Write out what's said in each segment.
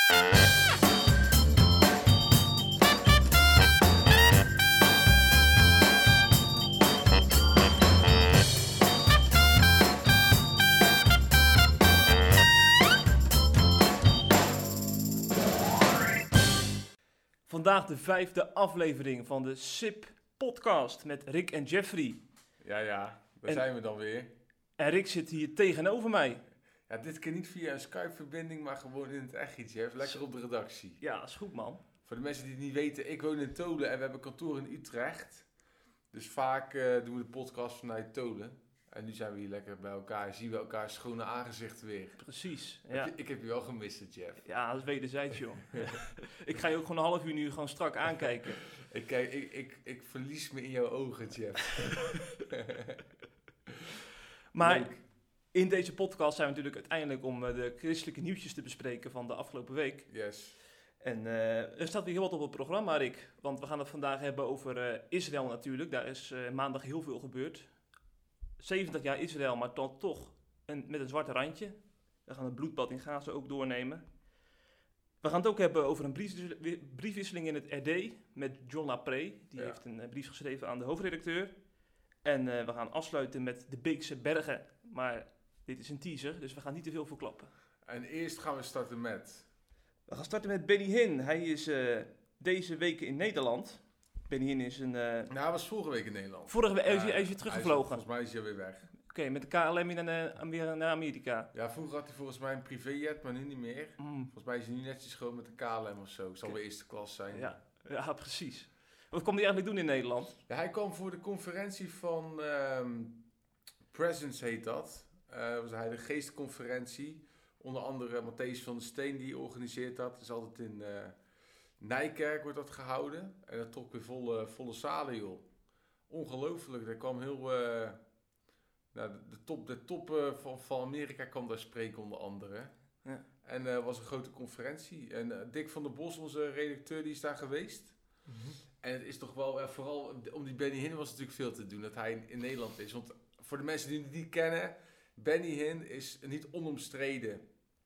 Vandaag de 5e aflevering van de SIP podcast met Rick en Jeffrey. Ja, daar zijn we dan weer. En Rick zit hier tegenover mij. Ja, dit keer niet via een Skype-verbinding, maar gewoon in het echt, Jeff. Lekker op de redactie. Ja, dat is goed, man. Voor de mensen die het niet weten, ik woon in Tolen en we hebben kantoor in Utrecht. Dus vaak doen we de podcast vanuit Tolen. En nu zijn we hier lekker bij elkaar, zien we elkaar schone aangezicht weer. Precies, ja. Ik heb je wel gemist, Jeff. Ja, dat is wederzijds, joh. Ik ga je ook gewoon een half uur nu gewoon strak aankijken. Ik verlies me in jouw ogen, Jeff. Maar Leuk. in deze podcast zijn we natuurlijk uiteindelijk om de christelijke nieuwtjes te bespreken van de afgelopen week. Yes. En er staat weer heel wat op het programma, Rick. Want we gaan het vandaag hebben over Israël natuurlijk. Daar is maandag heel veel gebeurd. 70 jaar Israël, maar dan toch met een zwarte randje. We gaan het bloedbad in Gaza ook doornemen. We gaan het ook hebben over een briefwisseling in het RD met John Lapré. Die heeft een brief geschreven aan de hoofdredacteur. En we gaan afsluiten met de Beekse Bergen. Maar dit is een teaser, dus we gaan niet te veel verklappen. En eerst gaan we starten met... We gaan starten met Benny Hinn. Hij is deze week in Nederland. Benny Hinn is een... Nou, hij was vorige week in Nederland. Vorige week is hij teruggevlogen. Volgens mij is hij weer weg. Oké, met de KLM weer naar Amerika. Ja, vroeger had hij volgens mij een privéjet, maar nu niet meer. Volgens mij is hij nu netjes gewoon met de KLM of zo. Het zal weer eerste klas zijn. Ja, precies. Wat kwam hij eigenlijk doen in Nederland? Ja, hij kwam voor de conferentie van Presence, heet dat. Was hij de geestconferentie. Onder andere Matthäus van der Steen die organiseert dat. Het is altijd in Nijkerk wordt dat gehouden. En dat trok weer volle zalen, joh. Ongelooflijk. Er kwam heel... de top van Amerika kwam daar spreken onder andere. Ja. En was een grote conferentie. En Dick van der Bos, onze redacteur, die is daar geweest. Mm-hmm. En het is toch wel, vooral om die Benny Hinn was natuurlijk veel te doen dat hij in Nederland is. Want voor de mensen die het niet kennen, Benny Hinn is niet onomstreden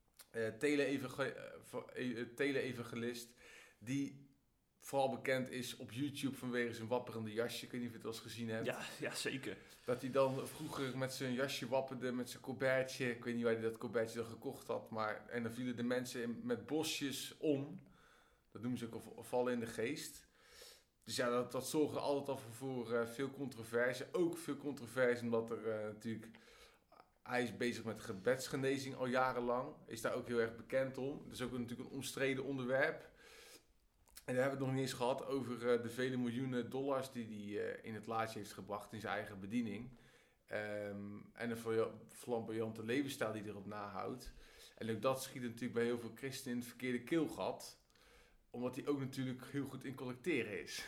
tele-evangelist die vooral bekend is op YouTube vanwege zijn wapperende jasje. Ik weet niet of je het wel eens gezien hebt. Ja, zeker. Dat hij dan vroeger met zijn jasje wapperde, met zijn colbertje. Ik weet niet waar hij dat colbertje dan gekocht had. En dan vielen de mensen met bosjes om. Dat noemen ze ook vallen in de geest. Dus ja, dat zorgde altijd al voor veel controverse. Ook veel controverse omdat er natuurlijk... Hij is bezig met gebedsgenezing al jarenlang. Is daar ook heel erg bekend om. Dat is ook natuurlijk een omstreden onderwerp. En daar hebben we het nog niet eens gehad over de vele miljoenen dollars die hij in het laadje heeft gebracht in zijn eigen bediening. En de flamboyante levensstijl die erop nahoudt. En ook dat schiet natuurlijk bij heel veel christenen in het verkeerde keelgat. Omdat hij ook natuurlijk heel goed in collecteren is.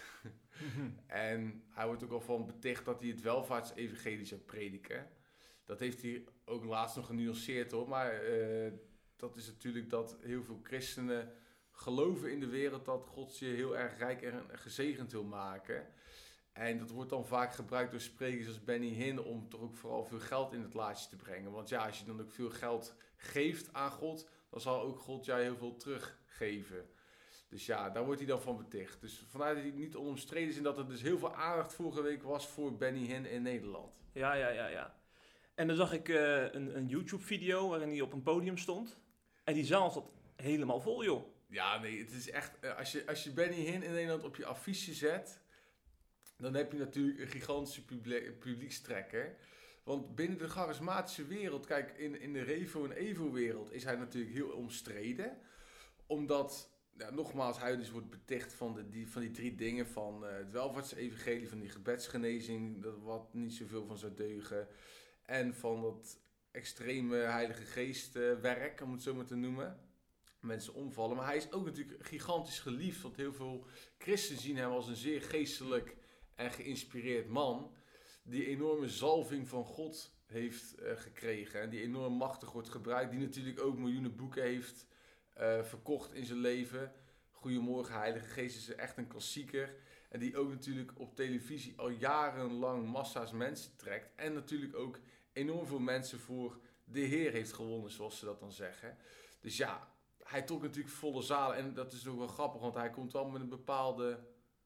En hij wordt ook al van beticht dat hij het welvaartsevangelie zou prediken. Dat heeft hij ook laatst nog genuanceerd hoor. Maar dat is natuurlijk dat heel veel christenen geloven in de wereld dat God je heel erg rijk en gezegend wil maken. En dat wordt dan vaak gebruikt door sprekers als Benny Hinn om toch ook vooral veel geld in het laadje te brengen. Want ja, als je dan ook veel geld geeft aan God, dan zal ook God jou heel veel teruggeven. Dus ja, daar wordt hij dan van beticht. Dus vandaar dat hij niet onomstreden is en dat er dus heel veel aandacht vorige week was voor Benny Hinn in Nederland. Ja. En dan zag ik een YouTube-video waarin hij op een podium stond. En die zaal zat helemaal vol, joh. Ja, nee, het is echt... Als je Benny Hinn in Nederland op je affiche zet, dan heb je natuurlijk een gigantische publiekstrekker. Want binnen de charismatische wereld, kijk, in de Revo en Evo-wereld is hij natuurlijk heel omstreden. Omdat, nogmaals, hij dus wordt beticht van die drie dingen. Van het welvaartsevangelie, van die gebedsgenezing, dat wat niet zoveel van zou deugen. En van dat extreme Heilige Geest werk, om het zo maar te noemen. Mensen omvallen. Maar hij is ook natuurlijk gigantisch geliefd. Want heel veel christenen zien hem als een zeer geestelijk en geïnspireerd man. Die enorme zalving van God heeft gekregen. En die enorm machtig wordt gebruikt. Die natuurlijk ook miljoenen boeken heeft verkocht in zijn leven. Goedemorgen Heilige Geest is echt een klassieker. En die ook natuurlijk op televisie al jarenlang massa's mensen trekt. En natuurlijk ook enorm veel mensen voor de Heer heeft gewonnen, zoals ze dat dan zeggen. Dus ja, hij trok natuurlijk volle zalen. En dat is ook wel grappig, want hij komt wel met een bepaalde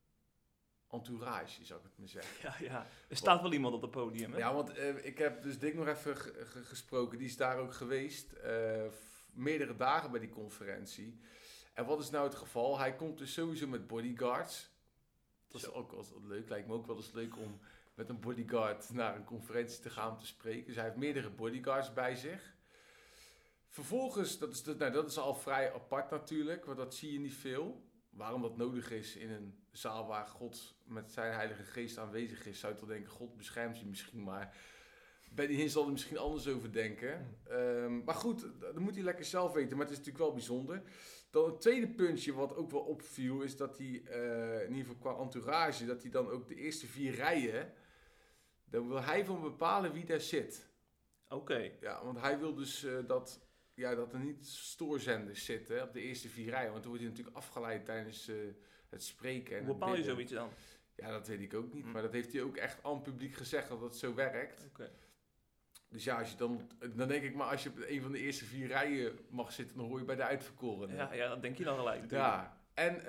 entourage, zou ik het maar zeggen. Ja. Er staat wel iemand op het podium, hè? Ja, want ik heb dus Dick nog even gesproken. Die is daar ook geweest. Meerdere dagen bij die conferentie. En wat is nou het geval? Hij komt dus sowieso met bodyguards. Dat is ook wel leuk. Lijkt me ook wel eens leuk om met een bodyguard naar een conferentie te gaan om te spreken. Dus hij heeft meerdere bodyguards bij zich. Vervolgens, dat is al vrij apart natuurlijk, want dat zie je niet veel. Waarom dat nodig is in een zaal waar God met zijn Heilige Geest aanwezig is, zou je toch denken, God beschermt je misschien, maar Benny Hinn zal er misschien anders over denken. Maar goed, dat moet hij lekker zelf weten, maar het is natuurlijk wel bijzonder. Dan een tweede puntje wat ook wel opviel, is dat hij, in ieder geval qua entourage, dat hij dan ook de eerste 4 rijen, dan wil hij van bepalen wie daar zit. Oké. Ja, want hij wil dus dat er niet stoorzenders zitten op de eerste 4 rijen. Want dan wordt hij natuurlijk afgeleid tijdens het spreken. En Hoe bepaal je bidden. zoiets dan? Ja, dat weet ik ook niet. Maar dat heeft hij ook echt aan het publiek gezegd dat het zo werkt. Oké. Dus ja, als je dan denk ik maar, als je op een van de eerste 4 rijen mag zitten, dan hoor je bij de uitverkorenen. Ja, dat denk je dan gelijk natuurlijk. Ja,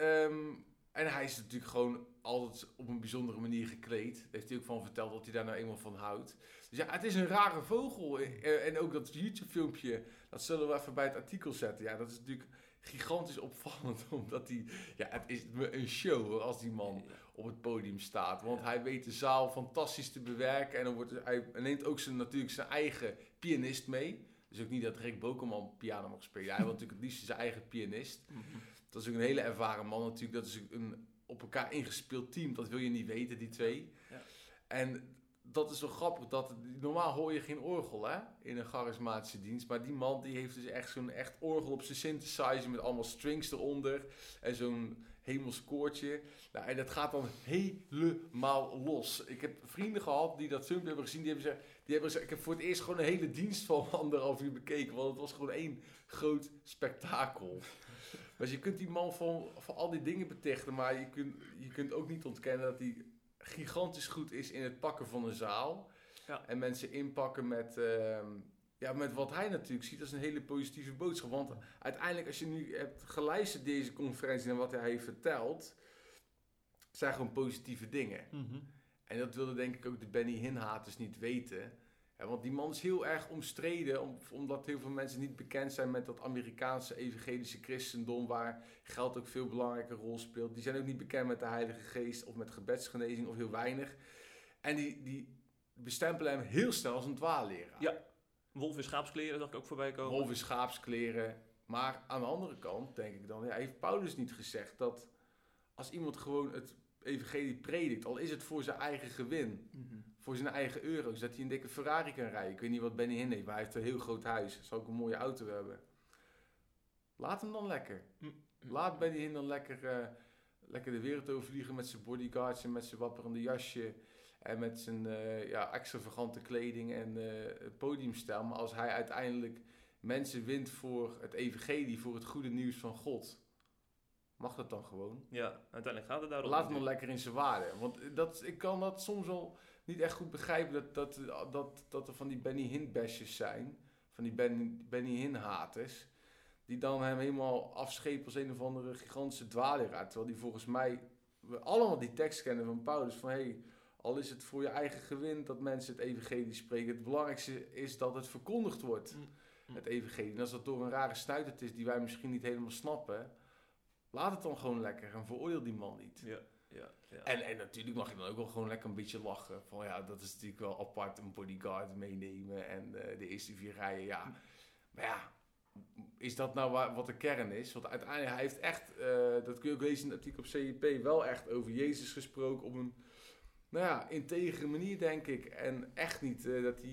en hij is natuurlijk gewoon altijd op een bijzondere manier gekleed. Daar heeft hij ook van verteld dat hij daar nou eenmaal van houdt. Dus ja, het is een rare vogel. En ook dat YouTube-filmpje, dat zullen we even bij het artikel zetten. Ja, dat is natuurlijk gigantisch opvallend, omdat het is een show hoor, als die man op het podium staat. Want hij weet de zaal fantastisch te bewerken en hij neemt ook natuurlijk zijn eigen pianist mee. Dus ook niet dat Rick Bokelman piano mag spelen. Hij wil natuurlijk het liefst zijn eigen pianist. Dat is ook een hele ervaren man natuurlijk. Dat is een op elkaar ingespeeld team. Dat wil je niet weten, die twee. Ja. En dat is wel grappig. Normaal hoor je geen orgel hè, in een charismatische dienst. Maar die man die heeft dus echt zo'n echt orgel op zijn synthesizer met allemaal strings eronder. En zo'n hemels koortje. Nou, en dat gaat dan helemaal los. Ik heb vrienden gehad die dat filmpje hebben gezien. Die hebben gezegd, ik heb voor het eerst gewoon een hele dienst van 1,5 uur bekeken. Want het was gewoon één groot spektakel. Dus je kunt die man van al die dingen betichten. Maar je kunt ook niet ontkennen dat hij gigantisch goed is in het pakken van een zaal. Ja. En mensen inpakken met wat hij natuurlijk ziet als een hele positieve boodschap. Want uiteindelijk, als je nu hebt geluisterd deze conferentie en wat hij heeft verteld, zijn gewoon positieve dingen. Mm-hmm. En dat wilden denk ik ook de Benny Hinn-haters niet weten. Ja, want die man is heel erg omstreden, omdat heel veel mensen niet bekend zijn met dat Amerikaanse evangelische christendom, waar geld ook veel belangrijke rol speelt. Die zijn ook niet bekend met de Heilige Geest of met gebedsgenezing of heel weinig. En die bestempelen hem heel snel als een dwaalleraar. Ja, wolf in schaapskleren zag ik ook voorbij komen. Wolf in schaapskleren. Maar aan de andere kant denk ik dan, heeft Paulus niet gezegd dat als iemand gewoon het evangelie predikt, al is het voor zijn eigen gewin, voor zijn eigen euro's, dat hij een dikke Ferrari kan rijden. Ik weet niet wat Benny Hinn heeft, maar hij heeft een heel groot huis. Zal ook een mooie auto hebben. Laat hem dan lekker. Laat Benny Hinn dan lekker de wereld overvliegen met zijn bodyguards en met zijn wapperende jasje en met zijn extravagante kleding en podiumstijl. Maar als hij uiteindelijk mensen wint voor het evangelie, voor het goede nieuws van God, mag dat dan gewoon? Ja, uiteindelijk gaat het daarom. Laat hem dan lekker in zijn waarde. Want ik kan dat soms wel niet echt goed begrijpen dat er van die Benny Hinn-bashers zijn. Van die Benny Hinn-haters. Die dan hem helemaal afschepen als een of andere gigantische dwaaleraar. Terwijl die volgens mij, we allemaal die tekst kennen van Paulus. Van al is het voor je eigen gewin dat mensen het evangelie spreken. Het belangrijkste is dat het verkondigd wordt. Het evangelie. En als dat door een rare snuitert is die wij misschien niet helemaal snappen, laat het dan gewoon lekker en veroordeel die man niet. Ja. En natuurlijk mag je dan ook wel gewoon lekker een beetje lachen. Van dat is natuurlijk wel apart, een bodyguard meenemen en de eerste 4 rijen, ja. Maar ja, is dat nou wat de kern is? Want uiteindelijk, hij heeft echt, dat kun je ook lezen in het artikel op CJP, wel echt over Jezus gesproken op een, integere manier, denk ik. En echt niet dat hij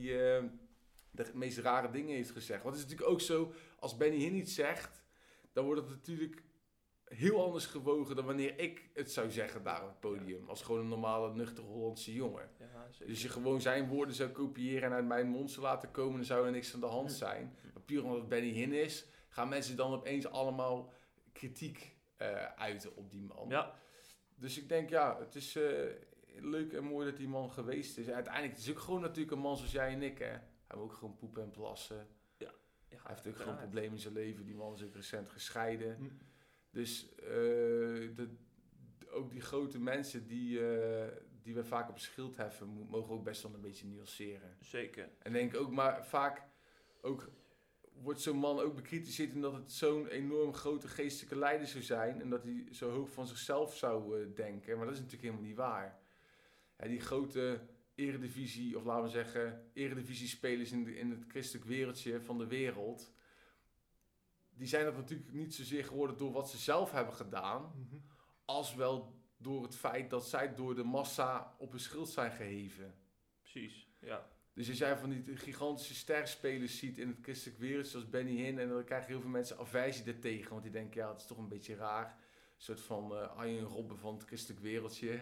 de meest rare dingen heeft gezegd. Want het is natuurlijk ook zo, als Benny Hinn iets zegt, dan wordt het natuurlijk heel anders gewogen dan wanneer ik het zou zeggen daar op het podium. Ja. Als gewoon een normale, nuchtere Hollandse jongen. Ja, dus je gewoon zijn woorden zou kopiëren en uit mijn mond zou laten komen, dan zou er niks aan de hand zijn. Maar puur omdat het Benny Hinn is, gaan mensen dan opeens allemaal kritiek uiten op die man. Ja. Dus ik denk, het is leuk en mooi dat die man geweest is. En uiteindelijk, het is ook gewoon natuurlijk een man zoals jij en ik, hè. Hij wil ook gewoon poepen en plassen. Ja. Hij heeft ook gewoon problemen in zijn leven. Die man is ook recent gescheiden. Dus ook die grote mensen die we vaak op het schild heffen, mogen ook best wel een beetje nuanceren. Zeker. En denk ook, maar vaak ook wordt zo'n man ook bekritiseerd omdat het zo'n enorm grote geestelijke leider zou zijn en dat hij zo hoog van zichzelf zou denken. Maar dat is natuurlijk helemaal niet waar. Ja, die grote eredivisie, of laten we zeggen, eredivisiespelers in het christelijk wereldje van de wereld, die zijn dat natuurlijk niet zozeer geworden door wat ze zelf hebben gedaan, als wel door het feit dat zij door de massa op een schild zijn geheven. Precies, ja. Dus als jij van die gigantische sterspelers ziet in het christelijk wereld, zoals Benny Hinn, en dan krijgen heel veel mensen aversie daartegen, want die denken, ja, het is toch een beetje raar. Een soort van Arjen Robben van het christelijk wereldje.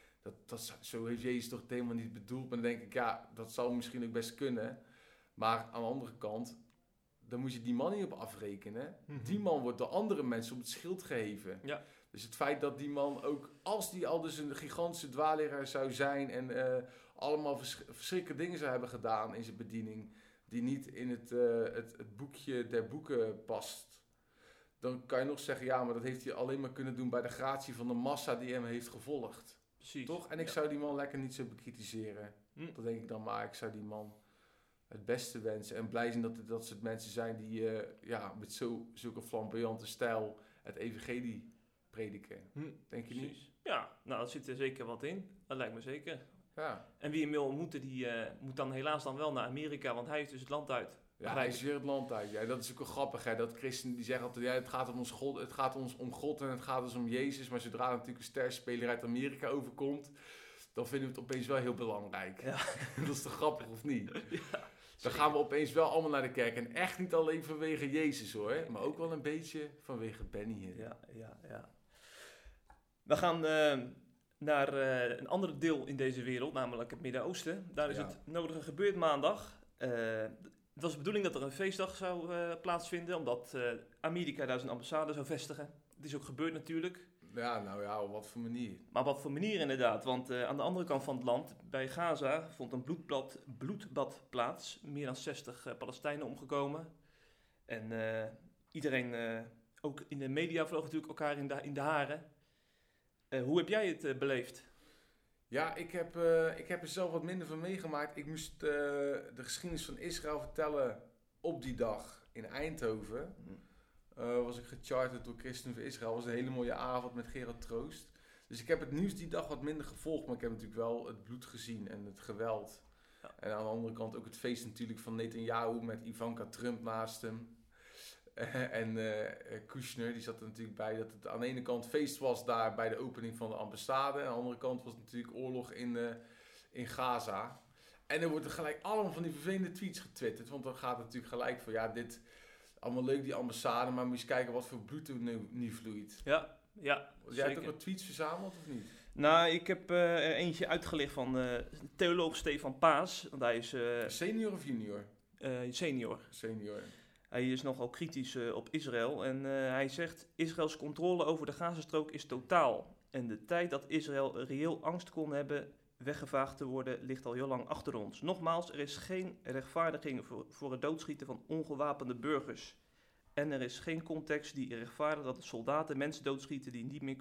Zo heeft Jezus toch het helemaal niet bedoeld. Maar dan denk ik, ja, dat zou misschien ook best kunnen. Maar aan de andere kant, dan moet je die man niet op afrekenen. Die man wordt door andere mensen op het schild geheven. Ja. Dus het feit dat die man ook, als die al dus een gigantische dwaalleraar zou zijn en allemaal verschrikkelijke dingen zou hebben gedaan in zijn bediening, die niet in het boekje der boeken past, dan kan je nog zeggen, ja, maar dat heeft hij alleen maar kunnen doen bij de gratie van de massa die hem heeft gevolgd. Precies. Toch? En ik zou die man lekker niet zo bekritiseren. Dat denk ik dan maar. Ik zou die man het beste wensen. En blij zijn dat soort mensen zijn die met zulke flamboyante stijl het evangelie prediken. Denk je niet? Ja, nou, dat zit er zeker wat in. Dat lijkt me zeker. Ja. En wie hem wil ontmoeten, die moet dan helaas dan wel naar Amerika, want hij is dus het land uit. Ja, hij is weer het land uit. Ja, dat is ook wel grappig, hè. Dat christenen die zeggen altijd, ja, het gaat ons om God en het gaat ons om Jezus. Maar zodra natuurlijk een sterspeler uit Amerika overkomt, dan vinden we het opeens wel heel belangrijk. Ja. Dat is toch grappig, of niet? Ja, dan gaan we opeens wel allemaal naar de kerk. En echt niet alleen vanwege Jezus, hoor. Maar ook wel een beetje vanwege Benny. Ja. We gaan naar een ander deel in deze wereld, namelijk het Midden-Oosten. Daar is het nodige gebeurd maandag. Het was de bedoeling dat er een feestdag zou plaatsvinden, omdat Amerika daar zijn ambassade zou vestigen. Het is ook gebeurd natuurlijk. Ja, nou ja, op wat voor manier. Maar wat voor manier inderdaad, want aan de andere kant van het land, bij Gaza, vond een bloedbad plaats. Meer dan 60 Palestijnen omgekomen. En iedereen, ook in de media, vloog natuurlijk elkaar in de haren. Hoe heb jij het beleefd? Ja, ik heb er zelf wat minder van meegemaakt. Ik moest de geschiedenis van Israël vertellen op die dag in Eindhoven. Was ik gecharterd door Christen voor Israël. Het was een hele mooie avond met Gerard Troost. Dus ik heb het nieuws die dag wat minder gevolgd. Maar ik heb natuurlijk wel het bloed gezien en het geweld. Ja. En aan de andere kant ook het feest natuurlijk van Netanyahu met Ivanka Trump naast hem. En Kushner, die zat er natuurlijk bij dat het aan de ene kant feest was daar bij de opening van de ambassade. En aan de andere kant was het natuurlijk oorlog in Gaza. En er worden gelijk allemaal van die vervelende tweets getwitterd. Want dan gaat het natuurlijk gelijk van, ja, dit allemaal leuk die ambassade, maar moet je eens kijken wat voor bloed er nu vloeit. Ja, Jij hebt ook wat tweets verzameld of niet? Nou, ik heb er eentje uitgelicht van theoloog Stefan Paas. Want hij is... senior of junior? Senior. Senior. Hij is nogal kritisch op Israël en hij zegt: Israëls controle over de Gazastrook is totaal. En de tijd dat Israël reëel angst kon hebben weggevaagd te worden, ligt al heel lang achter ons. Nogmaals, er is geen rechtvaardiging voor het doodschieten van ongewapende burgers. En er is geen context die rechtvaardigt dat de soldaten mensen doodschieten die niet meer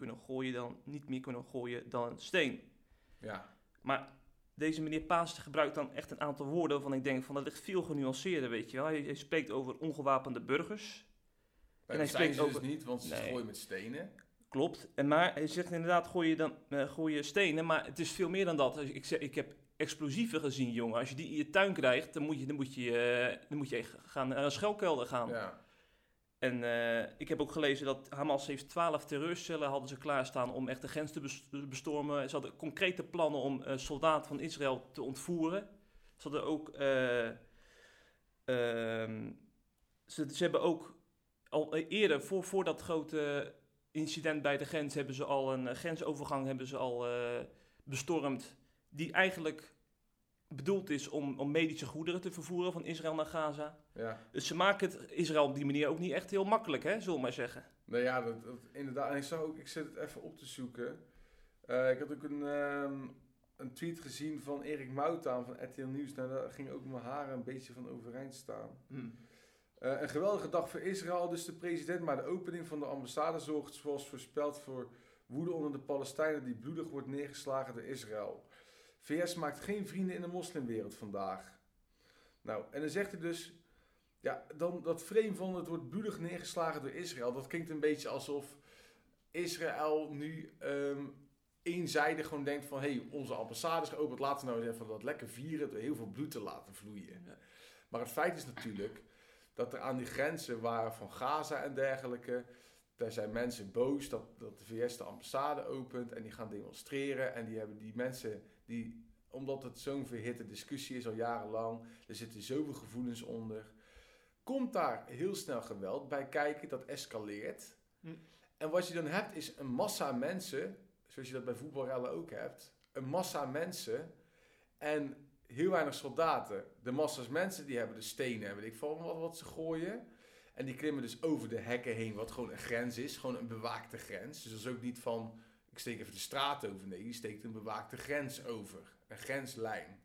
kunnen gooien dan een steen. Ja. Maar deze meneer Paas gebruikt dan echt een aantal woorden waarvan ik denk van dat ligt veel genuanceerder, weet je wel. Hij spreekt over ongewapende burgers. En hij spreekt over niet, want ze gooien met stenen. Klopt. Maar hij zegt inderdaad gooi je stenen, maar het is veel meer dan dat. Ik heb explosieven gezien, jongen. Als je die in je tuin krijgt, dan moet je gaan naar een schuilkelder gaan. Ja. En ik heb ook gelezen dat Hamas heeft 12 terreurcellen hadden ze klaarstaan om echt de grens te bestormen. Ze hadden concrete plannen om soldaten van Israël te ontvoeren. Ze hadden ook... ze hebben ook al eerder, voor dat grote incident bij de grens, hebben ze al een grensovergang bestormd. Die eigenlijk bedoeld is om medische goederen te vervoeren van Israël naar Gaza. Ja. Dus ze maken het Israël op die manier ook niet echt heel makkelijk, hè, zullen we maar zeggen. Nou ja, dat inderdaad. En ik zit het even op te zoeken. Ik had ook een tweet gezien van Erik Moutaan van RTL Nieuws. Nou, daar ging ook mijn haren een beetje van overeind staan. Een geweldige dag voor Israël, dus de president. Maar de opening van de ambassade zorgt zoals voorspeld voor woede onder de Palestijnen die bloedig wordt neergeslagen door Israël. VS maakt geen vrienden in de moslimwereld vandaag. Nou, en dan zegt hij dus... Ja, dan dat frame van het wordt bloedig neergeslagen door Israël. Dat klinkt een beetje alsof Israël nu eenzijdig gewoon denkt van... Hé, onze ambassade is geopend, laten we nou eens even dat lekker vieren... door heel veel bloed te laten vloeien. Ja. Maar het feit is natuurlijk dat er aan die grenzen waren van Gaza en dergelijke... Daar zijn mensen boos dat de VS de ambassade opent en die gaan demonstreren. En die hebben die mensen, omdat het zo'n verhitte discussie is al jarenlang... Er zitten zoveel gevoelens onder... Komt daar heel snel geweld bij kijken, dat escaleert. En wat je dan hebt is een massa mensen, zoals je dat bij voetbalrellen ook hebt. Een massa mensen en heel weinig soldaten. De massa's mensen die hebben de stenen, weet ik veel wat ze gooien. En die klimmen dus over de hekken heen, wat gewoon een grens is. Gewoon een bewaakte grens. Dus dat is ook niet van, ik steek even de straat over. Nee, die steekt een bewaakte grens over. Een grenslijn.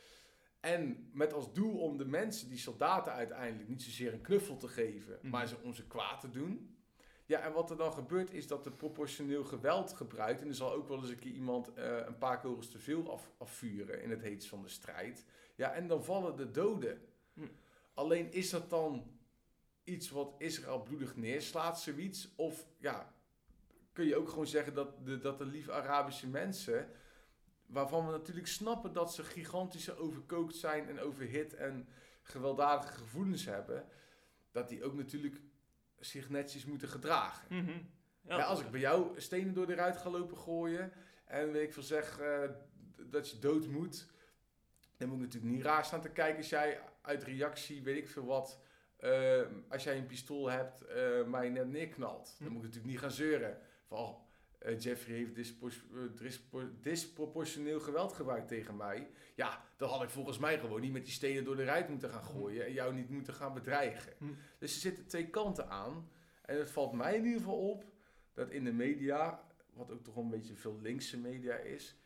En met als doel om de mensen, die soldaten uiteindelijk, niet zozeer een knuffel te geven, maar om ze kwaad te doen. Ja, en wat er dan gebeurt is dat er proportioneel geweld gebruikt. En er zal ook wel eens een keer iemand een paar kogels te veel afvuren in het heetst van de strijd. Ja, en dan vallen de doden. Alleen is dat dan iets wat Israël bloedig neerslaat, zoiets? Of ja, kun je ook gewoon zeggen dat de lieve Arabische mensen... Waarvan we natuurlijk snappen dat ze gigantisch overkookt zijn en overhit en gewelddadige gevoelens hebben. Dat die ook natuurlijk zich netjes moeten gedragen. Mm-hmm. Ja, als ik bij jou stenen door de ruit ga lopen gooien en weet ik veel zeg dat je dood moet. Dan moet ik natuurlijk niet raar staan te kijken als jij uit reactie, weet ik veel wat, als jij een pistool hebt, mij net neerknalt. Dan moet ik natuurlijk niet gaan zeuren van... Jeffrey heeft disproportioneel geweld gebruikt tegen mij. Ja, dan had ik volgens mij gewoon niet met die stenen door de ruit moeten gaan gooien... en jou niet moeten gaan bedreigen. Dus er zitten twee kanten aan. En het valt mij in ieder geval op dat in de media... wat ook toch een beetje veel linkse media is...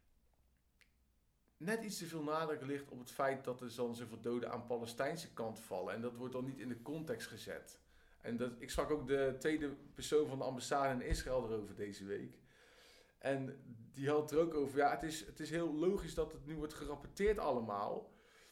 net iets te veel nadruk ligt op het feit dat er dan zoveel doden aan de Palestijnse kant vallen. En dat wordt dan niet in de context gezet. En ik sprak ook de tweede persoon van de ambassade in Israël erover deze week. En die had het er ook over. Ja, het is heel logisch dat het nu wordt gerapporteerd allemaal.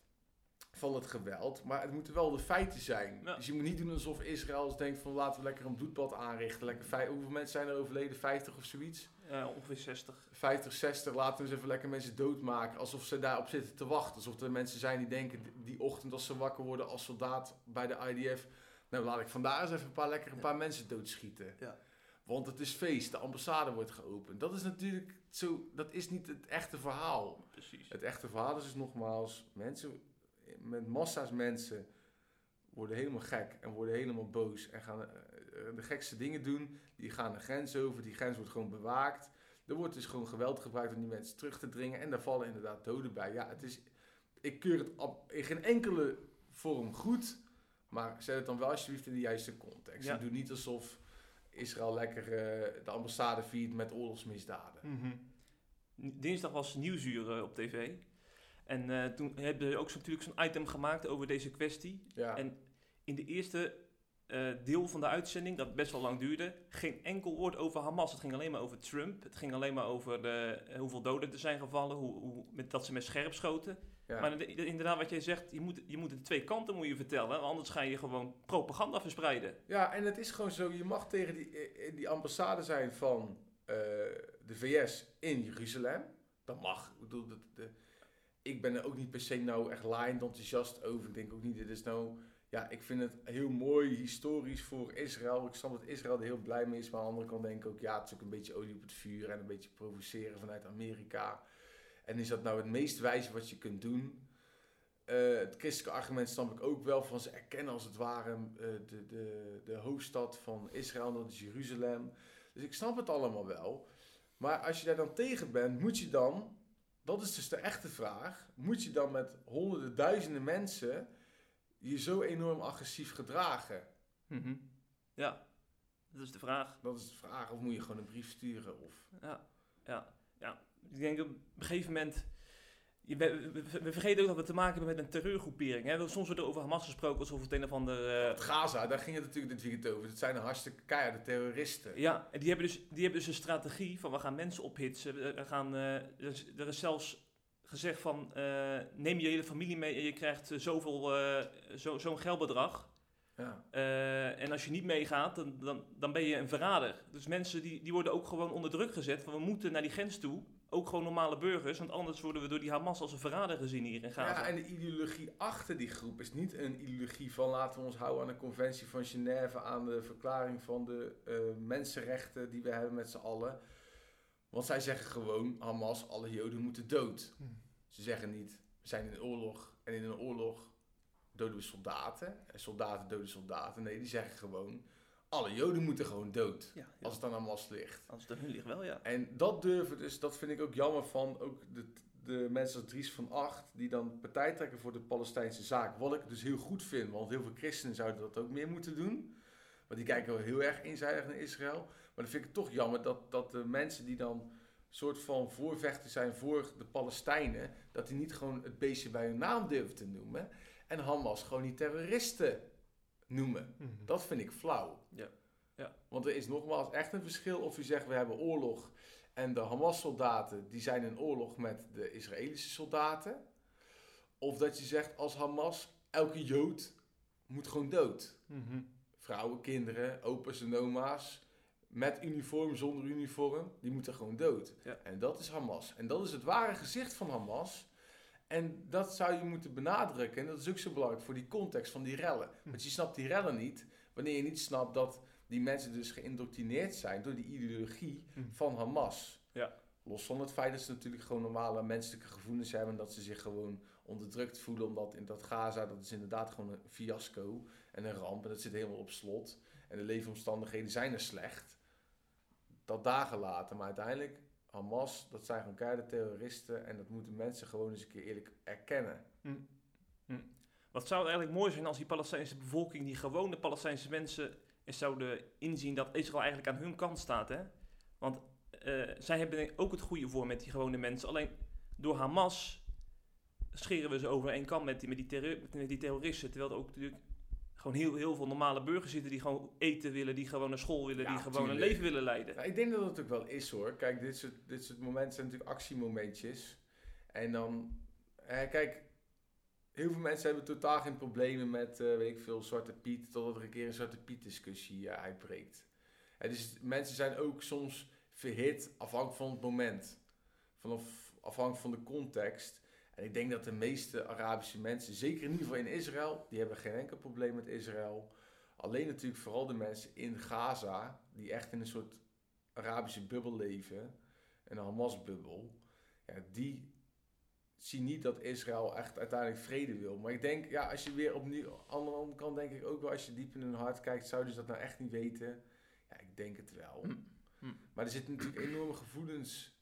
Van het geweld. Maar het moeten wel de feiten zijn. Ja. Dus je moet niet doen alsof Israël denkt van laten we lekker een bloedbad aanrichten. Hoeveel mensen zijn er overleden? 50 of zoiets? Ja, ongeveer 60. 50, 60. Laten we eens even lekker mensen doodmaken. Alsof ze daarop zitten te wachten. Alsof er mensen zijn die denken die ochtend als ze wakker worden als soldaat bij de IDF... Nou, laat ik vandaag eens even een paar mensen doodschieten. Ja. Want het is feest, de ambassade wordt geopend. Dat is natuurlijk zo, dat is niet het echte verhaal. Precies. Het echte verhaal is dus nogmaals, mensen, met massa's mensen worden helemaal gek en worden helemaal boos. En gaan de gekste dingen doen, die gaan de grens over, die grens wordt gewoon bewaakt. Er wordt dus gewoon geweld gebruikt om die mensen terug te dringen. En daar vallen inderdaad doden bij. Ja, ik keur het in geen enkele vorm goed... Maar zet het dan wel alsjeblieft in de juiste context. Ja. Doe niet alsof Israël lekker de ambassade viert met oorlogsmisdaden. Mm-hmm. Dinsdag was Nieuwsuur op tv. En toen hebben ze ook natuurlijk zo'n item gemaakt over deze kwestie. Ja. En in de eerste deel van de uitzending, dat best wel lang duurde... geen enkel woord over Hamas. Het ging alleen maar over Trump. Het ging alleen maar over hoeveel doden er zijn gevallen. Dat ze met scherp schoten... Ja. Maar inderdaad, wat jij zegt, je moet de twee kanten moet je vertellen. Anders ga je gewoon propaganda verspreiden. Ja, en het is gewoon zo, je mag tegen die ambassade zijn van de VS in Jeruzalem. Dat mag. Ik bedoel, ik ben er ook niet per se nou echt laaiend enthousiast over. Ik denk ook niet, dit is nou... Ja, ik vind het heel mooi historisch voor Israël. Ik snap dat Israël er heel blij mee is. Maar aan de andere kant denk ik ook, ja, het is ook een beetje olie op het vuur. En een beetje provoceren vanuit Amerika. En is dat nou het meest wijze wat je kunt doen? Het christelijke argument snap ik ook wel van ze erkennen als het ware de hoofdstad van Israël, dat is Jeruzalem. Dus ik snap het allemaal wel. Maar als je daar dan tegen bent, moet je dan, dat is dus de echte vraag, moet je dan met honderden, duizenden mensen je zo enorm agressief gedragen? Mm-hmm. Ja, dat is de vraag. Dat is de vraag, of moet je gewoon een brief sturen? Of... Ja. Ik denk op een gegeven moment... We vergeten ook dat we te maken hebben met een terreurgroepering. Hè? Soms wordt er over Hamas gesproken alsof het een of ander... Het Gaza, daar ging het natuurlijk dit weekend over. Dat zijn hartstikke keiharde terroristen. Ja, en die hebben dus een strategie van we gaan mensen ophitsen. Er is zelfs gezegd van neem je hele familie mee en je krijgt zo'n geldbedrag. Ja. En als je niet meegaat, dan ben je een verrader. Dus mensen die worden ook gewoon onder druk gezet. Van we moeten naar die grens toe. Ook gewoon normale burgers. Want anders worden we door die Hamas als een verrader gezien hier in Gaza. Ja, en de ideologie achter die groep is niet een ideologie van laten we ons houden aan de conventie van Genève. Aan de verklaring van de mensenrechten die we hebben met z'n allen. Want zij zeggen gewoon, Hamas, alle Joden moeten dood. Ze zeggen niet, we zijn in een oorlog. En in een oorlog doden we soldaten. En soldaten doden soldaten. Nee, die zeggen gewoon, alle Joden moeten gewoon dood. Ja. Als het aan Hamas ligt. Als het aan hun ligt wel, ja. En dat durven dus, dat vind ik ook jammer van ook de mensen als Dries van Acht, die dan partij trekken voor de Palestijnse zaak. Wat ik dus heel goed vind, want heel veel christenen zouden dat ook meer moeten doen. Want die kijken wel heel erg eenzijdig naar Israël. Maar dan vind ik het toch jammer dat de mensen die dan soort van voorvechter zijn voor de Palestijnen, dat die niet gewoon het beestje bij hun naam durven te noemen. En Hamas gewoon die terroristen noemen. Dat vind ik flauw. Ja. Ja. Want er is nogmaals echt een verschil of je zegt we hebben oorlog en de Hamas-soldaten die zijn in oorlog met de Israëlische soldaten. Of dat je zegt als Hamas, elke Jood moet gewoon dood. Vrouwen, kinderen, opa's en oma's, met uniform, zonder uniform, die moeten gewoon dood. Ja. En dat is Hamas. En dat is het ware gezicht van Hamas. En dat zou je moeten benadrukken. En dat is ook zo belangrijk voor die context van die rellen. Want je snapt die rellen niet wanneer je niet snapt dat die mensen dus geïndoctrineerd zijn door die ideologie van Hamas. Ja. Los van het feit dat ze natuurlijk gewoon normale menselijke gevoelens hebben en dat ze zich gewoon onderdrukt voelen, omdat in dat Gaza, dat is inderdaad gewoon een fiasco en een ramp en dat zit helemaal op slot. En de leefomstandigheden zijn er slecht. Dat dagen later, maar uiteindelijk, Hamas, dat zijn gewoon keiharde terroristen en dat moeten mensen gewoon eens een keer eerlijk erkennen. Wat zou het eigenlijk mooi zijn als die Palestijnse bevolking, die gewone Palestijnse mensen, eens zouden inzien dat Israël eigenlijk aan hun kant staat. Hè? Want zij hebben ook het goede voor met die gewone mensen. Alleen door Hamas scheren we ze over één kam met die terroristen. Terwijl er ook natuurlijk gewoon heel veel normale burgers zitten die gewoon eten willen, die gewoon naar school willen, die gewoon een leven willen leiden. Nou, ik denk dat het ook wel is hoor. Kijk, dit soort momenten zijn natuurlijk actiemomentjes. En dan, kijk, heel veel mensen hebben totaal geen problemen met, weet ik veel, Zwarte Piet, totdat er een keer een Zwarte Piet discussie uitbreekt. Dus mensen zijn ook soms verhit afhankelijk van het moment. Afhankelijk van de context. En ik denk dat de meeste Arabische mensen, zeker in ieder geval in Israël, die hebben geen enkel probleem met Israël. Alleen natuurlijk vooral de mensen in Gaza, die echt in een soort Arabische bubbel leven, een Hamas-bubbel, ja, die zien niet dat Israël echt uiteindelijk vrede wil. Maar ik denk, ja, als je weer opnieuw, aan de andere kant denk ik ook wel, als je diep in hun hart kijkt, zouden ze dat nou echt niet weten? Ja, ik denk het wel. Maar er zitten natuurlijk enorme gevoelens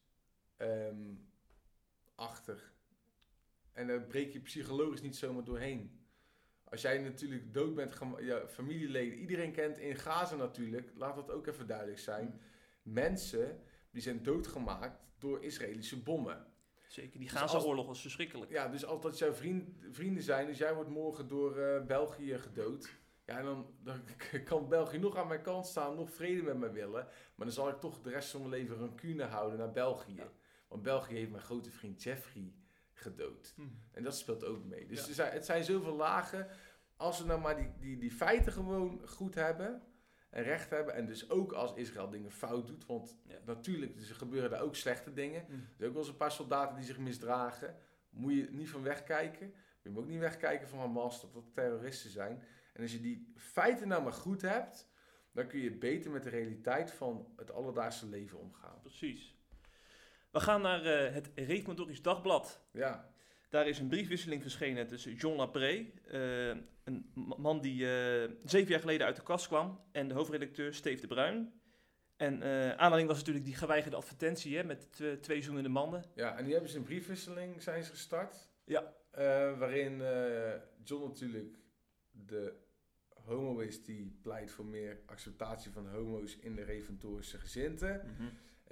achter. En daar breek je psychologisch niet zomaar doorheen. Als jij natuurlijk dood bent, familieleden, iedereen kent in Gaza natuurlijk, laat dat ook even duidelijk zijn. Mensen die zijn doodgemaakt door Israëlische bommen. Zeker, die Gaza-oorlog was verschrikkelijk. Ja, dus als dat jouw vrienden zijn, dus jij wordt morgen door België gedood. Ja, dan kan België nog aan mijn kant staan, nog vrede met mij willen. Maar dan zal ik toch de rest van mijn leven rancune houden naar België. Ja. Want België heeft mijn grote vriend Jeffrey gedood. En dat speelt ook mee. Dus het zijn zoveel lagen. Als we nou maar die feiten gewoon goed hebben en recht hebben. En dus ook als Israël dingen fout doet. Want natuurlijk, dus er gebeuren daar ook slechte dingen. Er zijn ook wel eens een paar soldaten die zich misdragen. Moet je niet van wegkijken. Je moet ook niet wegkijken van Hamas, dat terroristen zijn. En als je die feiten nou maar goed hebt, dan kun je beter met de realiteit van het alledaagse leven omgaan. Precies. We gaan naar het Reformatorisch Dagblad. Ja. Daar is een briefwisseling verschenen tussen John Lapré, een man die 7 jaar geleden uit de kast kwam, en de hoofdredacteur Steve de Bruin. En aanleiding was natuurlijk die geweigerde advertentie met 2 zoenende mannen. Ja, en die hebben ze een briefwisseling zijn ze gestart. Ja. Waarin John natuurlijk de homo is die pleit voor meer acceptatie van homo's in de reformatorische gezindte. En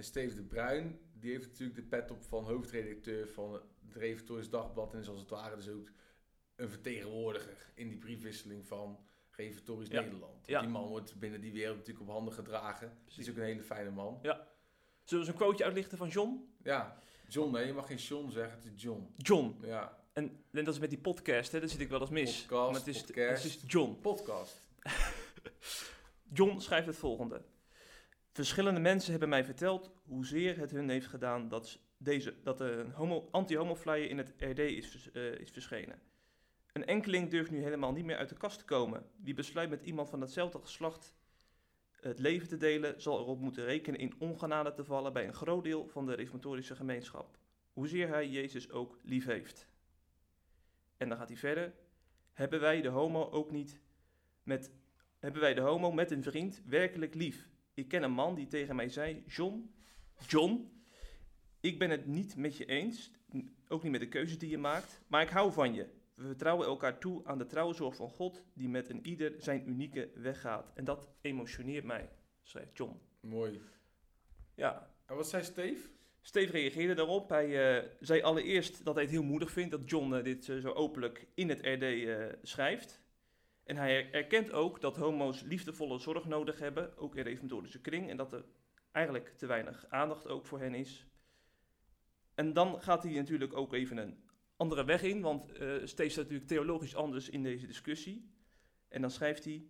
En Steve de Bruin, die heeft natuurlijk de pet op van hoofdredacteur van het Reformatorisch Dagblad. En is als het ware dus ook een vertegenwoordiger in die briefwisseling van Reformatorisch Nederland. Ja. Die man wordt binnen die wereld natuurlijk op handen gedragen. Dus die is ook een hele fijne man. Ja. Zullen we eens een quoteje uitlichten van John? Ja, John, nee, je mag geen John zeggen, het is John. John. Ja. En dat is met die podcast, hè, daar zit ik wel eens mis. Podcast, Maar het podcast. is John. Podcast. John schrijft het volgende. Verschillende mensen hebben mij verteld hoezeer het hun heeft gedaan dat een anti-homo-flyer in het RD is verschenen. Een enkeling durft nu helemaal niet meer uit de kast te komen. Wie besluit met iemand van hetzelfde geslacht het leven te delen, zal erop moeten rekenen in ongenade te vallen bij een groot deel van de reformatorische gemeenschap. Hoezeer hij Jezus ook lief heeft. En dan gaat hij verder. Hebben wij de homo met een vriend werkelijk lief? Ik ken een man die tegen mij zei, John, ik ben het niet met je eens, ook niet met de keuzes die je maakt, maar ik hou van je. We vertrouwen elkaar toe aan de trouwe zorg van God, die met een ieder zijn unieke weg gaat. En dat emotioneert mij, schrijft John. Mooi. Ja. En wat zei Steve? Steve reageerde daarop. Hij zei allereerst dat hij het heel moedig vindt dat John dit zo openlijk in het RD schrijft. En hij erkent ook dat homo's liefdevolle zorg nodig hebben, ook in de reformatorische kring. En dat er eigenlijk te weinig aandacht ook voor hen is. En dan gaat hij natuurlijk ook even een andere weg in, want Steve staat natuurlijk theologisch anders in deze discussie. En dan schrijft hij,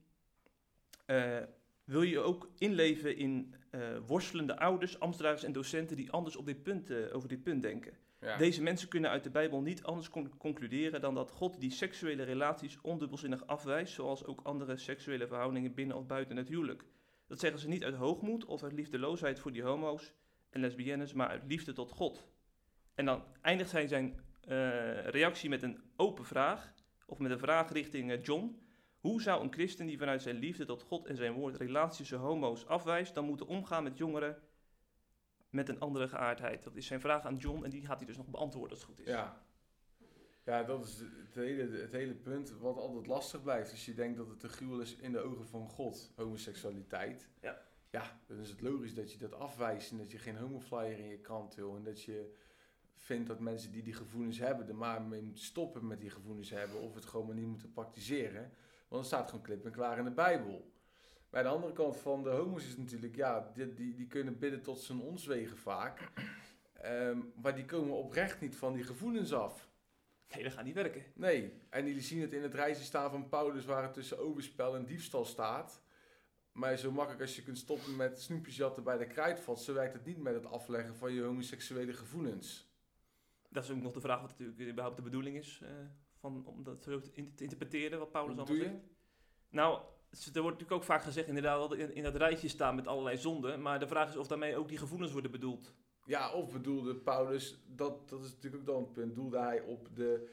wil je ook inleven in worstelende ouders, ambtenaren en docenten die anders op over dit punt denken? Ja. Deze mensen kunnen uit de Bijbel niet anders concluderen dan dat God die seksuele relaties ondubbelzinnig afwijst, zoals ook andere seksuele verhoudingen binnen of buiten het huwelijk. Dat zeggen ze niet uit hoogmoed of uit liefdeloosheid voor die homo's en lesbiennes, maar uit liefde tot God. En dan eindigt hij zijn reactie met een open vraag, of met een vraag richting John. Hoe zou een christen die vanuit zijn liefde tot God en zijn woord relaties tussen homo's afwijst, dan moeten omgaan met jongeren met een andere geaardheid? Dat is zijn vraag aan John en die gaat hij dus nog beantwoorden als het goed is. Ja, dat is het hele punt wat altijd lastig blijft. Als je denkt dat het te gruwel is in de ogen van God, homoseksualiteit. Ja, dan is het logisch dat je dat afwijst en dat je geen homoflyer in je krant wil. En dat je vindt dat mensen die gevoelens hebben er maar mee moeten stoppen met die gevoelens hebben. Of het gewoon maar niet moeten praktiseren. Want dan staat gewoon klip en klaar in de Bijbel. Bij de andere kant van de homo's is natuurlijk, ja, die kunnen bidden tot zijn onzwegen vaak. Maar die komen oprecht niet van die gevoelens af. Nee, dat gaat niet werken. Nee, en jullie zien het in het rijtje staan van Paulus waar het tussen overspel en diefstal staat. Maar zo makkelijk als je kunt stoppen met snoepjes jatten bij de kruidvat, zo werkt het niet met het afleggen van je homoseksuele gevoelens. Dat is ook nog de vraag wat natuurlijk überhaupt de bedoeling is om dat zo te interpreteren, wat Paulus allemaal zegt. Nou, er wordt natuurlijk ook vaak gezegd inderdaad dat in dat rijtje staan met allerlei zonden, maar de vraag is of daarmee ook die gevoelens worden bedoeld. Ja, of bedoelde Paulus, dat is natuurlijk ook dan het punt, doelde hij op de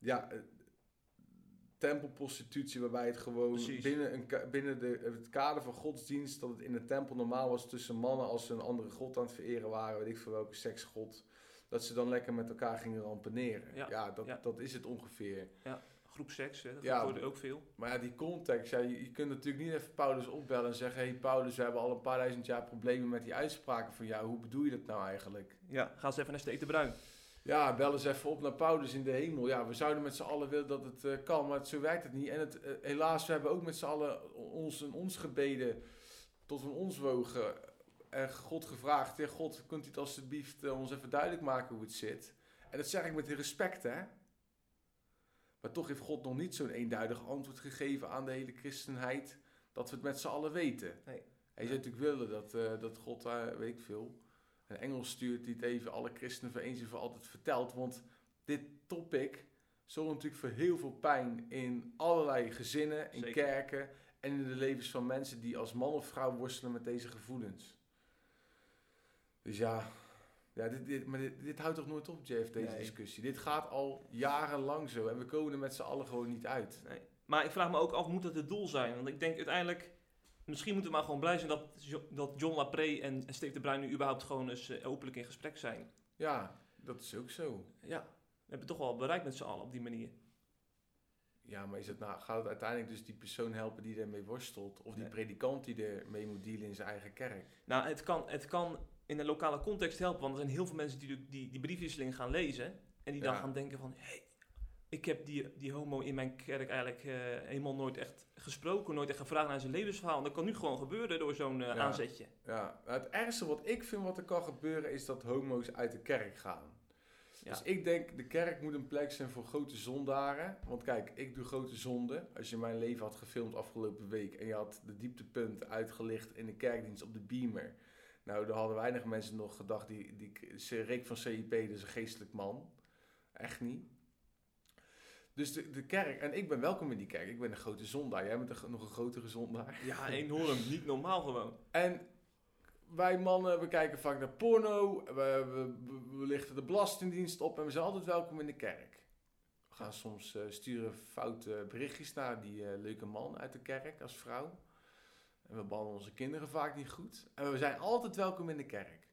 tempelprostitutie, waarbij het gewoon binnen het kader van godsdienst, dat het in de tempel normaal was tussen mannen als ze een andere god aan het vereren waren, weet ik veel welke seksgod, dat ze dan lekker met elkaar gingen rampeneren. Dat is het ongeveer. Ja, groepseks, dat gebeurde ook veel. Maar ja, die context, je kunt natuurlijk niet even Paulus opbellen en zeggen, hey Paulus, we hebben al een paar duizend jaar problemen met die uitspraken van jou, hoe bedoel je dat nou eigenlijk? Ja, ga eens even naar Steve de Bruin. Ja, bel eens even op naar Paulus in de hemel. Ja, we zouden met z'n allen willen dat het kan, maar zo werkt het niet. En helaas, we hebben ook met z'n allen ons gebeden tot we ons wogen. En God gevraagd, ja, God, kunt u het alsjeblieft ons even duidelijk maken hoe het zit? En dat zeg ik met respect, hè. Maar toch heeft God nog niet zo'n eenduidig antwoord gegeven aan de hele christenheid, dat we het met z'n allen weten. Nee. Hij zou natuurlijk willen dat God, weet ik veel, een engel stuurt die het even alle christenen voor eens en voor altijd vertelt. Want dit topic zorgt natuurlijk voor heel veel pijn in allerlei gezinnen, in kerken en in de levens van mensen die als man of vrouw worstelen met deze gevoelens. Dus dit houdt toch nooit op, Jeff, deze discussie. Dit gaat al jarenlang zo en we komen er met z'n allen gewoon niet uit. Nee. Maar ik vraag me ook af, moet het het doel zijn? Want ik denk uiteindelijk, misschien moeten we maar gewoon blij zijn dat John Lapré en Steve de Bruin nu überhaupt gewoon eens openlijk in gesprek zijn. Ja, dat is ook zo. Ja, we hebben het toch wel bereikt met z'n allen op die manier. Ja, maar gaat het uiteindelijk dus die persoon helpen die ermee worstelt? Of die predikant die ermee moet dealen in zijn eigen kerk? Nou, het kan in een lokale context helpen. Want er zijn heel veel mensen die briefwisseling gaan lezen. En die dan gaan denken van... Hey, ik heb die homo in mijn kerk eigenlijk helemaal nooit echt gesproken. Nooit echt gevraagd naar zijn levensverhaal. En dat kan nu gewoon gebeuren door zo'n aanzetje. Ja, het ergste wat ik vind wat er kan gebeuren... is dat homo's uit de kerk gaan. Ja. Dus ik denk, de kerk moet een plek zijn voor grote zondaren. Want kijk, ik doe grote zonden. Als je mijn leven had gefilmd afgelopen week... en je had de dieptepunten uitgelicht in de kerkdienst op de Beamer... Nou, daar hadden weinig mensen nog gedacht... Rick van CIP, dat is een geestelijk man. Echt niet. Dus de kerk... En ik ben welkom in die kerk. Ik ben een grote zondaar. Jij bent nog een grotere zondaar. Ja, enorm. Niet normaal gewoon. En... Wij mannen, we kijken vaak naar porno, we lichten de belastingdienst op en we zijn altijd welkom in de kerk. We gaan soms sturen foute berichtjes naar die leuke man uit de kerk als vrouw. En we behandelen onze kinderen vaak niet goed. En we zijn altijd welkom in de kerk.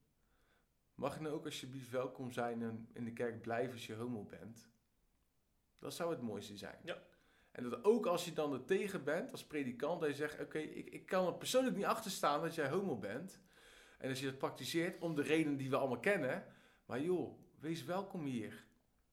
Mag je nou ook alsjeblieft welkom zijn en in de kerk blijven als je homo bent? Dat zou het mooiste zijn. Ja. En dat ook als je dan er tegen bent, als predikant, dat je zegt, oké, ik kan er persoonlijk niet achter staan dat jij homo bent. En als je dat praktiseert, om de reden die we allemaal kennen. Maar joh, wees welkom hier.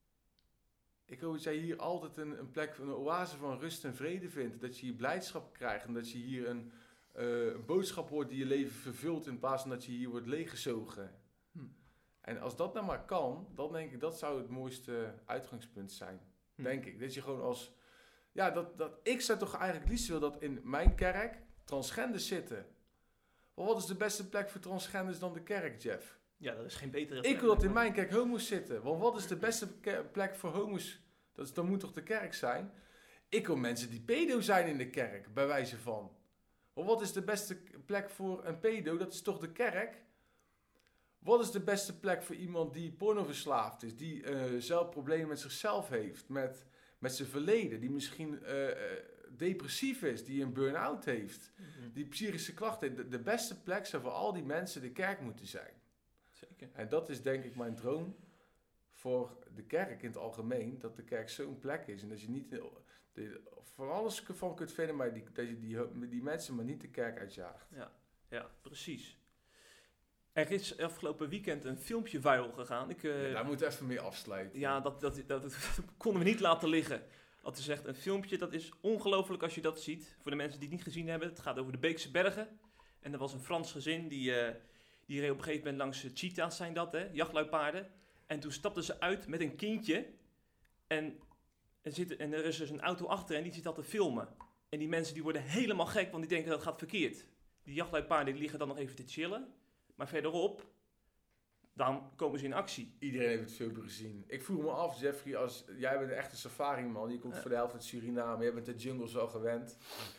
Ik hoop dat jij hier altijd een plek, een oase van rust en vrede vindt. Dat je hier blijdschap krijgt en dat je hier een boodschap hoort die je leven vervult in plaats van dat je hier wordt leeggezogen. En als dat nou maar kan, dan denk ik dat zou het mooiste uitgangspunt zijn. Denk ik. Dat je gewoon als... Ja, ik zou toch eigenlijk liefst willen dat in mijn kerk transgenders zitten. Maar wat is de beste plek voor transgenders dan de kerk, Jeff? Ja, dat is geen betere plek. Ik wil dat in mijn kerk homo's zitten. Want wat is de beste plek voor homo's? Dan moet toch de kerk zijn? Ik wil mensen die pedo zijn in de kerk, bij wijze van. Maar wat is de beste plek voor een pedo? Dat is toch de kerk? Wat is de beste plek voor iemand die pornoverslaafd is? Die zelf problemen met zichzelf heeft, met zijn verleden, die misschien depressief is, die een burn-out heeft, die psychische klachten heeft. De beste plek zou voor al die mensen de kerk moeten zijn. Zeker. En dat is denk ik mijn droom voor de kerk in het algemeen, dat de kerk zo'n plek is en dat je niet van alles van kunt vinden, maar dat je die mensen maar niet de kerk uitjaagt. Ja, precies. Er is afgelopen weekend een filmpje viral gegaan. Daar moeten we even mee afsluiten. Ja, dat konden we niet laten liggen. Dat is echt een filmpje, dat is ongelooflijk als je dat ziet. Voor de mensen die het niet gezien hebben, het gaat over de Beekse Bergen. En er was een Frans gezin, die reed op een gegeven moment langs cheetahs zijn dat, hè, jachtluipaarden. En toen stapten ze uit met een kindje. En er is dus een auto achter en die zit dat te filmen. En die mensen die worden helemaal gek, want die denken dat het gaat verkeerd. Die jachtluipaarden die liggen dan nog even te chillen. Maar verderop, dan komen ze in actie. Iedereen heeft het filmpje gezien. Ik vroeg me af, Jeffrey, als jij bent een echte safari-man. Je komt voor de helft uit Suriname. Je bent de jungles wel gewend.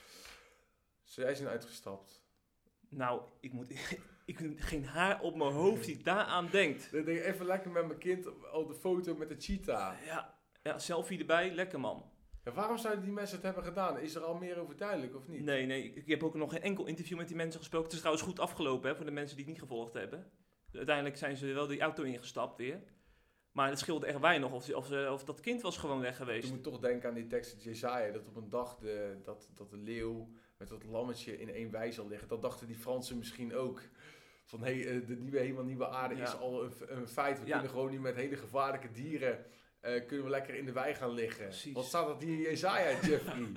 Zou jij zijn uitgestapt? Nou, ik heb geen haar op mijn hoofd die daaraan denkt. Dan denk ik even lekker met mijn kind op de foto met de cheetah. Ja, selfie erbij. Lekker, man. Ja, waarom zouden die mensen het hebben gedaan? Is er al meer over duidelijk, of niet? Nee. Ik heb ook nog geen enkel interview met die mensen gesproken. Het is trouwens goed afgelopen, hè, voor de mensen die het niet gevolgd hebben. Uiteindelijk zijn ze wel die auto ingestapt weer. Maar het scheelde echt weinig of dat kind was gewoon weg geweest. Je moet toch denken aan die tekst uit Jesaja, dat op een dag dat de leeuw met dat lammetje in één wei zal liggen. Dat dachten die Fransen misschien ook. Van de nieuwe aarde is al een feit. We kunnen gewoon niet met hele gevaarlijke dieren... kunnen we lekker in de wei gaan liggen. Precies. Wat staat dat hier in Jesaja, Jeffrey?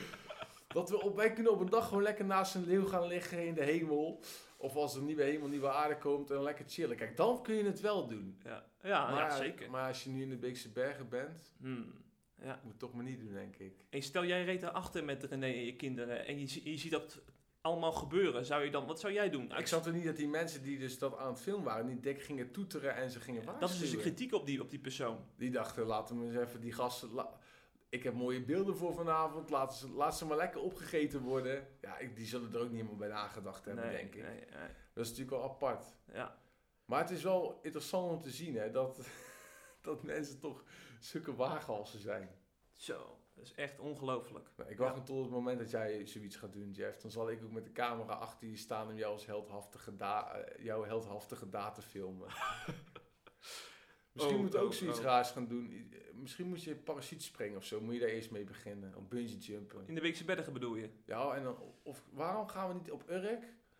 Wij kunnen op een dag gewoon lekker naast een leeuw gaan liggen in de hemel. Of als er een nieuwe hemel, nieuwe aarde komt en lekker chillen. Kijk, dan kun je het wel doen. Ja, zeker. Maar als je nu in de Beekse Bergen bent, moet je het toch maar niet doen, denk ik. En stel jij reed daarachter met René en je kinderen en je ziet dat allemaal gebeuren. Wat zou jij doen? Ik zag er niet dat die mensen die dus dat aan het filmen waren, niet dik gingen toeteren en ze gingen waarschuwen. Dat is dus de kritiek op die persoon. Die dachten, laten we eens even die gasten... Ik heb mooie beelden voor vanavond, laat ze maar lekker opgegeten worden. Ja, die zullen er ook niet helemaal bij nagedacht hebben, denk ik. Nee. Dat is natuurlijk wel apart. Ja. Maar het is wel interessant om te zien, hè, dat mensen toch zulke waaghalsen zijn. Zo, dat is echt ongelooflijk. Nou, ik wacht tot het moment dat jij zoiets gaat doen, Jeff. Dan zal ik ook met de camera achter je staan om jou als jouw heldhaftige daad te filmen. Misschien moet je ook zoiets raars gaan doen. Misschien moet je parachute springen of zo. Moet je daar eerst mee beginnen. Of bungee jumpen. In de Beekse Bergen bedoel je? Ja, en dan, waarom gaan we niet op Urk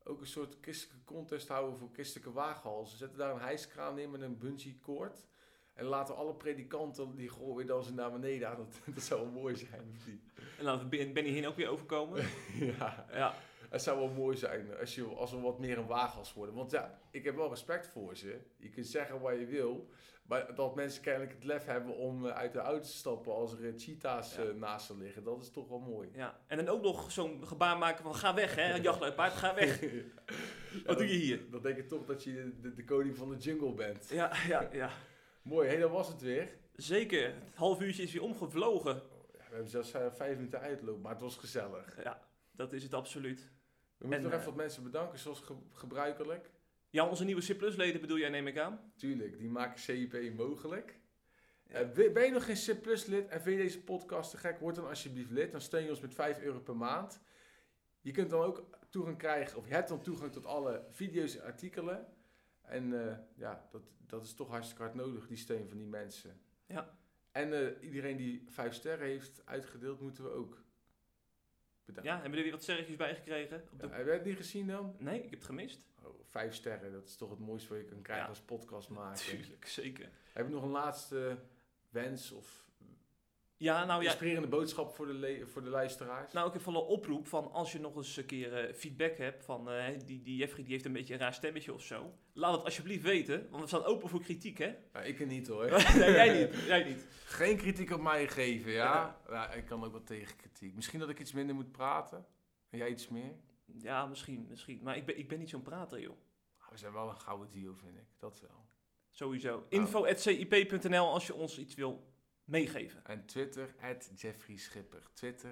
ook een soort christelijke contest houden voor christelijke waaghalzen. Ze zetten daar een hijskraan in met een bungee cord. En laten alle predikanten, die gooien dan ze naar beneden aan. Dat zou wel mooi zijn, of niet? En laten we Benny Hinn ook weer overkomen. Ja. Het zou wel mooi zijn als we wat meer een waaghals worden. Want ja, ik heb wel respect voor ze. Je kunt zeggen wat je wil. Maar dat mensen kennelijk het lef hebben om uit de auto te stappen als er cheetahs naast ze liggen. Dat is toch wel mooi. Ja, en dan ook nog zo'n gebaar maken van ga weg hè, jachtluipaard, ga weg. Wat doe je hier? Dan denk ik toch dat je de koning van de jungle bent. Ja. Mooi, hé, dat was het weer. Zeker, het half uurtje is weer omgevlogen. Ja, we hebben zelfs 5 minuten uitloop, maar het was gezellig. Ja, dat is het absoluut. We moeten nog even wat mensen bedanken, zoals gebruikelijk. Ja, onze nieuwe C+-leden bedoel jij, neem ik aan? Tuurlijk, die maken CIP mogelijk. Ja. Ben je nog geen C+-lid en vind je deze podcast te gek? Word dan alsjeblieft lid. Dan steun je ons met €5 per maand. Je kunt dan ook toegang krijgen, of je hebt dan toegang tot alle video's en artikelen. En dat is toch hartstikke hard nodig, die steun van die mensen. Ja. En iedereen die 5 sterren heeft uitgedeeld, moeten we ook bedanken. Ja, hebben we er weer wat sterretjes bij gekregen? Heb jij het niet gezien dan? Nee, ik heb het gemist. 5 sterren, dat is toch het mooiste wat je kan krijgen als podcast maken. Tuurlijk, zeker. Heb je nog een laatste wens of inspirerende boodschap voor de luisteraars? Nou, ik heb van een oproep van als je nog eens een keer feedback hebt van die Jeffrey die heeft een beetje een raar stemmetje of zo. Laat het alsjeblieft weten, want we staan open voor kritiek, hè? Ja, ik er niet hoor. Nee, jij niet. Geen kritiek op mij geven, ja? Ja, ik kan ook wel tegen kritiek. Misschien dat ik iets minder moet praten en jij iets meer? Ja, misschien. Maar ik ben niet zo'n prater, joh. We zijn wel een gouden duo, vind ik. Dat wel. Sowieso. info@cip.nl als je ons iets wil meegeven. En Twitter @Jeffrey Schipper.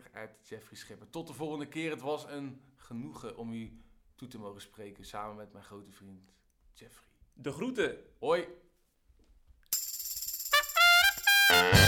Tot de volgende keer. Het was een genoegen om u toe te mogen spreken samen met mijn grote vriend Jeffrey. De groeten. Hoi.